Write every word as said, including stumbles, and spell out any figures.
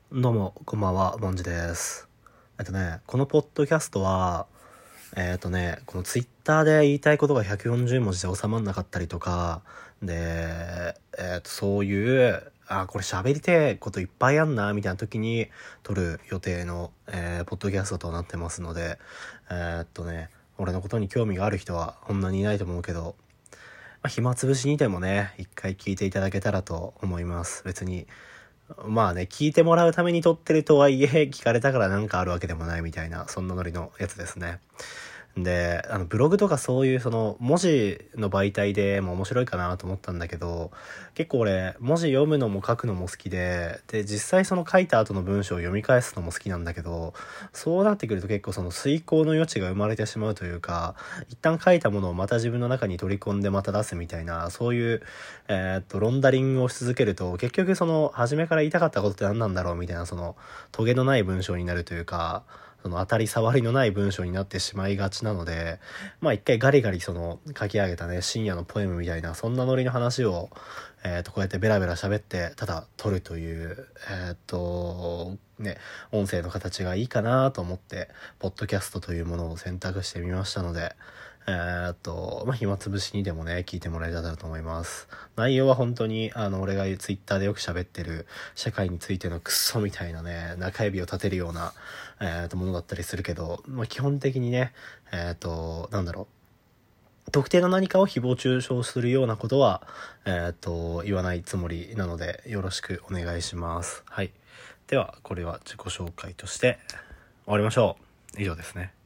どうも、こんばんは、ぼんじです。えっとね、このポッドキャストは、えっとね、このツイッターで言いたいことがひゃくよんじゅうもじで収まんなかったりとか、で、えっと、そういう、あ、これ喋りてえこといっぱいあんな、みたいな時に撮る予定の、えー、ポッドキャストとなってますので、えっとね、俺のことに興味がある人はこんなにいないと思うけど、まあ、暇つぶしにでもね、一回聞いていただけたらと思います。別に、まあね、聞いてもらうために撮ってるとはいえ、聞かれたからなんかあるわけでもないみたいな、そんなノリのやつですね。で、あの、ブログとかそういうその、文字の媒体でも面白いかなと思ったんだけど、結構俺、文字読むのも書くのも好きで、で、実際その書いた後の文章を読み返すのも好きなんだけど、そうなってくると結構その遂行の余地が生まれてしまうというか、一旦書いたものをまた自分の中に取り込んでまた出すみたいな、そういう、えーっと、ロンダリングをし続けると、結局その、初めから言いたかったことって何なんだろうみたいな、その、トゲのない文章になるというか、その当たり障りのない文章になってしまいがちなので、まあ一回ガリガリその書き上げたね、深夜のポエムみたいな、そんなノリの話を、えっと、こうやってベラベラ喋って、ただ撮るという、えっと、ね、音声の形がいいかなと思って、ポッドキャストというものを選択してみましたので、えっと、まあ、暇つぶしにでもね、聞いてもらえたらと思います。内容は本当に、あの、俺がツイッターでよく喋ってる、社会についてのクソみたいなね、中指を立てるような、えっと、ものだったりするけど、まあ、基本的にね、えっと、なんだろう。特定の何かを誹謗中傷するようなことは、えっと、言わないつもりなので、よろしくお願いします。はい。では、これは自己紹介として終わりましょう。以上ですね。